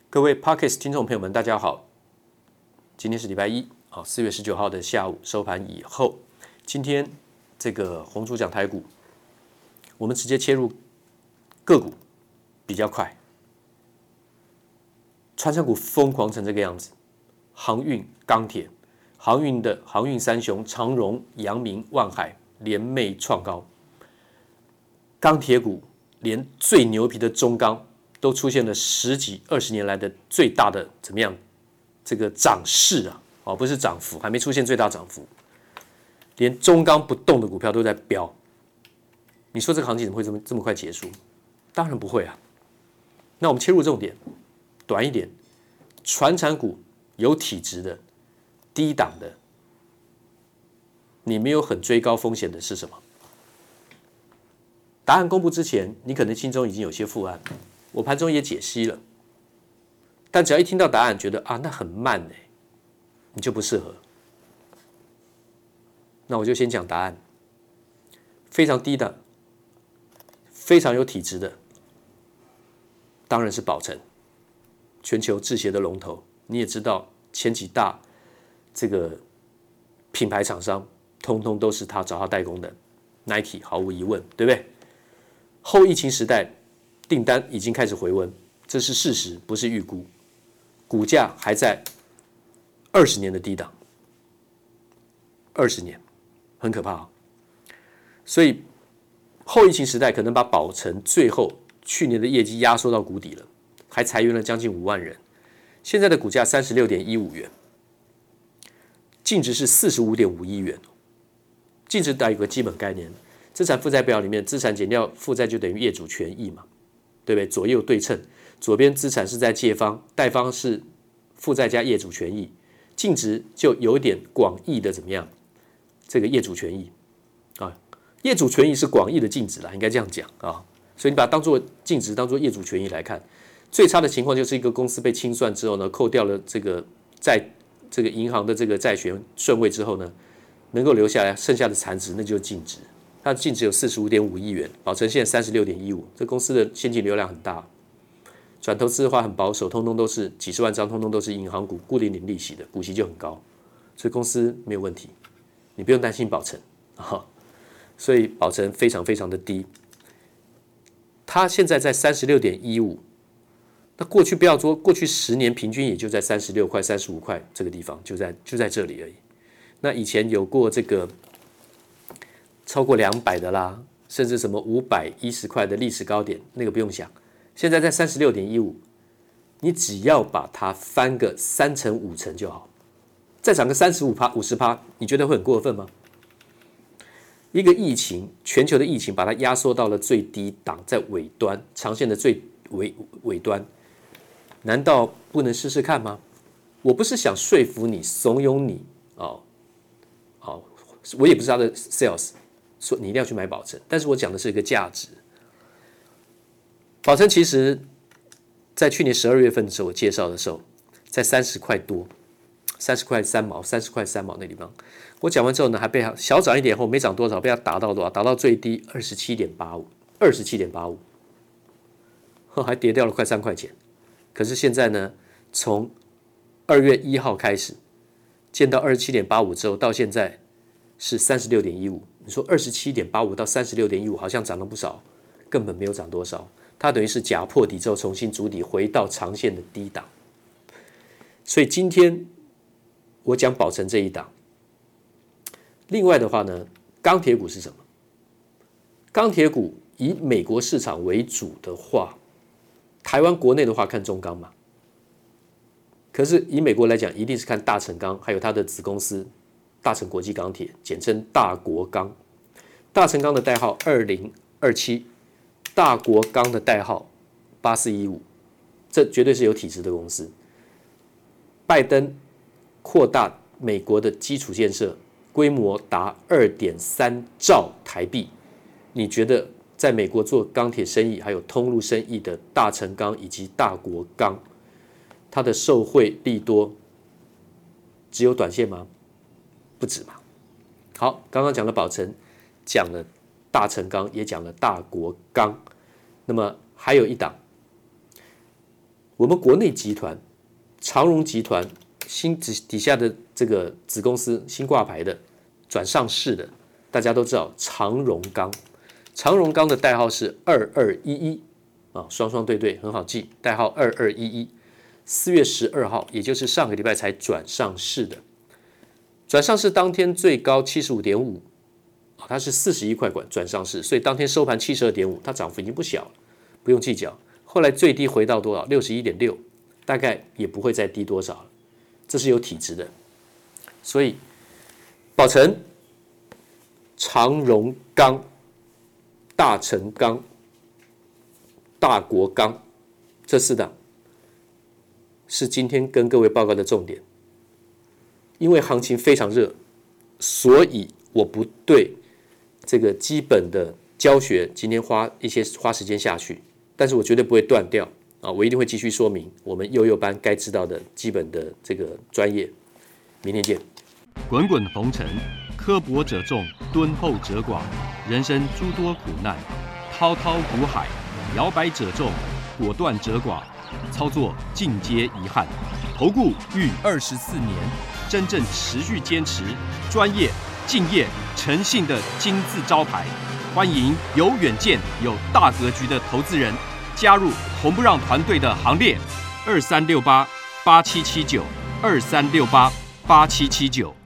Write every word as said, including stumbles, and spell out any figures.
各位 Podcast 听众朋友们，大家好。今天是礼拜一，啊，四月十九号的下午收盘以后，今天这个红猪讲台股，我们直接切入个股比较快。传产股疯狂成这个样子，航运、钢铁，航运的航运三雄长荣、阳明、万海联袂创高。钢铁股连最牛皮的中钢都出现了十几二十年来的最大的怎么样？这个涨势啊，哦，不是涨幅，还没出现最大涨幅，连中钢不动的股票都在飙。你说这个行情怎么会这么这么快结束？当然不会啊。那我们切入重点，短一点，传产股有体质的、低档的，你没有很追高风险的是什么？答案公布之前，你可能心中已经有些负案，我盘中也解析了。但只要一听到答案，觉得啊那很慢哎，你就不适合。那我就先讲答案。非常低的、非常有体质的，当然是宝成，全球制鞋的龙头。你也知道，前几大这个品牌厂商，通通都是他找他代工的 ，Nike 毫无疑问，对不对？后疫情时代，订单已经开始回温，这是事实，不是预估。股价还在二十年的低档，二十年，很可怕啊。所以后疫情时代可能把宝成最后去年的业绩压缩到谷底了，还裁员了将近五万人。现在的股价三十六点一五元，净值是四十五点五亿元。净值带有个基本概念，资产负债表里面资产减掉负债就等于业主权益嘛，对不对？左右对称。左边资产是在借方，贷方是负债加业主权益，净值就有点广义的怎么样？这个业主权益啊，业主权益是广义的净值啦，应该这样讲啊。所以你把它当做净值，当做业主权益来看，最差的情况就是一个公司被清算之后呢，扣掉了这个债这个银行的这个债权顺位之后呢，能够留下来剩下的残值，那就是净值。它的净值有四十五点五亿元，宝成现在三十六点一五，这公司的现金流量很大。转投资的话很保守，通通都是几十万张，通通都是银行股，固定领利息的，股息就很高，所以公司没有问题，你不用担心宝成啊。所以宝成非常非常的低，它现在在三十六点一五，那过去不要说，过去十年平均也就在三十六块、三十五块这个地方，就在就在这里而已。那以前有过这个超过两百的啦，甚至什么五百一十块的历史高点，那个不用想。现在在三十六点一五，你只要把它翻个三成五成就好，再涨个三十五趴、五十趴，你觉得会很过分吗？一个疫情，全球的疫情把它压缩到了最低档，在尾端，长线的最尾尾端，难道不能试试看吗？我不是想说服你、怂恿你哦，哦，我也不是他的 sales， 说你一定要去买宝成，但是我讲的是一个价值。宝成其实，在去年十二月份的时候，我介绍的时候，在三十块多，三十块三毛，三十块三毛那地方，我讲完之后呢，还被它小涨一点后没涨多少，被它打到多少？打到最低二十七点八五，二十七点八五，还跌掉了快三块钱。可是现在呢，从二月一号开始见到二十七点八五之后，到现在是三十六点一五。你说二十七点八五到三十六点一五，好像涨了不少，根本没有涨多少。它等于是假破底之后重新筑底，回到长线的低档。所以今天我讲宝成这一档。另外的话呢，钢铁股是什么？钢铁股以美国市场为主的话，台湾国内的话看中钢嘛。可是以美国来讲，一定是看大成钢，还有它的子公司大成国际钢铁，简称大国钢。大成钢的代号二零二七。大国钢的代号八四一五，这绝对是有体质的公司。拜登扩大美国的基础建设，规模达二点三兆台币。你觉得在美国做钢铁生意还有通路生意的大成钢以及大国钢，它的受惠利多只有短线吗？不止嘛。好，刚刚讲了宝成，讲了大成钢，也讲了大国钢，那么还有一档， 我们国内集团长荣集团新底下的这个子公司新挂牌的转上市的，大家都知道长荣钢，长荣钢的代号是二二一一啊，双双对对很好记，代号二二一一，四月十二号，也就是上个礼拜才转上市的。转上市当天最高 七十五点五， 它是四十一块管转上市，所以当天收盘 七十二点五， 它涨幅已经不小了，不用计较。后来最低回到多少 六十一点六， 大概也不会再低多少了，这是有体质的。所以宝成、长荣钢、大成钢、大国钢这四档是今天跟各位报告的重点。因为行情非常热，所以我不对这个基本的教学今天花一些花时间下去，但是我绝对不会断掉啊！我一定会继续说明我们幼幼班该知道的基本的这个专业。明天见。 滚滚红尘，刻薄者众，敦厚者寡；人生诸多苦难，滔滔苦海，摇摆者众，果断者寡。操作尽皆遗憾。投顾逾二十四年，真正持续坚持、专业、敬业、诚信的金字招牌。欢迎有远见、有大格局的投资人加入红不让团队的行列。二三六八八七七九，二三六八八七七九。